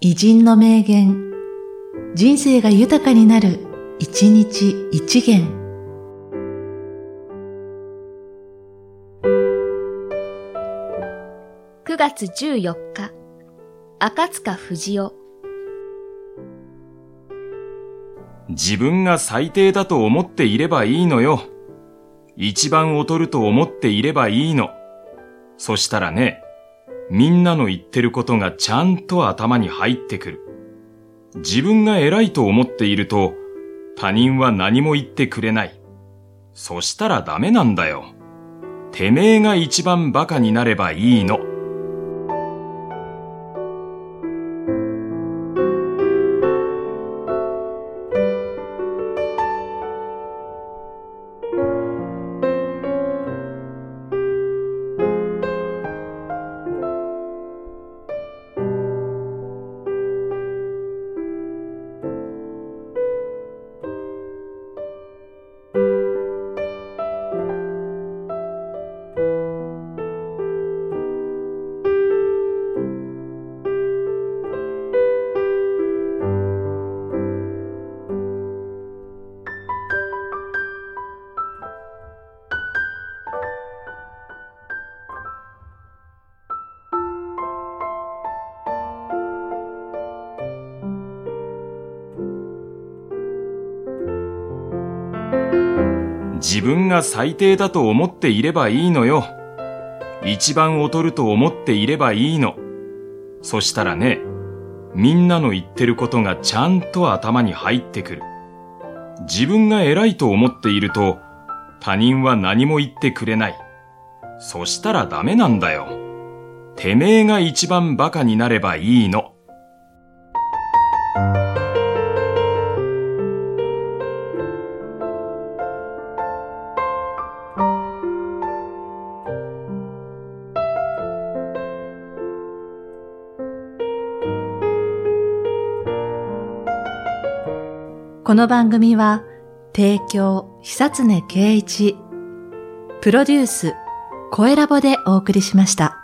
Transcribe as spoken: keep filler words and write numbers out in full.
偉人の名言、人生が豊かになる、一日一元。 くがつじゅうよっか、赤塚不二夫。 自分が最低だと思っていればいいのよ。一番劣ると思っていればいいの。そしたらね、みんなの言ってることがちゃんと頭に入ってくる。自分が偉いと思っていると、他人は何も言ってくれない。そしたらダメなんだよ。てめえが一番バカになればいいの。自分が最低だと思っていればいいのよ。一番劣ると思っていればいいの。そしたらね、みんなの言ってることがちゃんと頭に入ってくる。自分が偉いと思っていると、他人は何も言ってくれない。そしたらダメなんだよ。てめえが一番バカになればいいの。 この番組は提供久常圭一、プロデュース声ラボでお送りしました。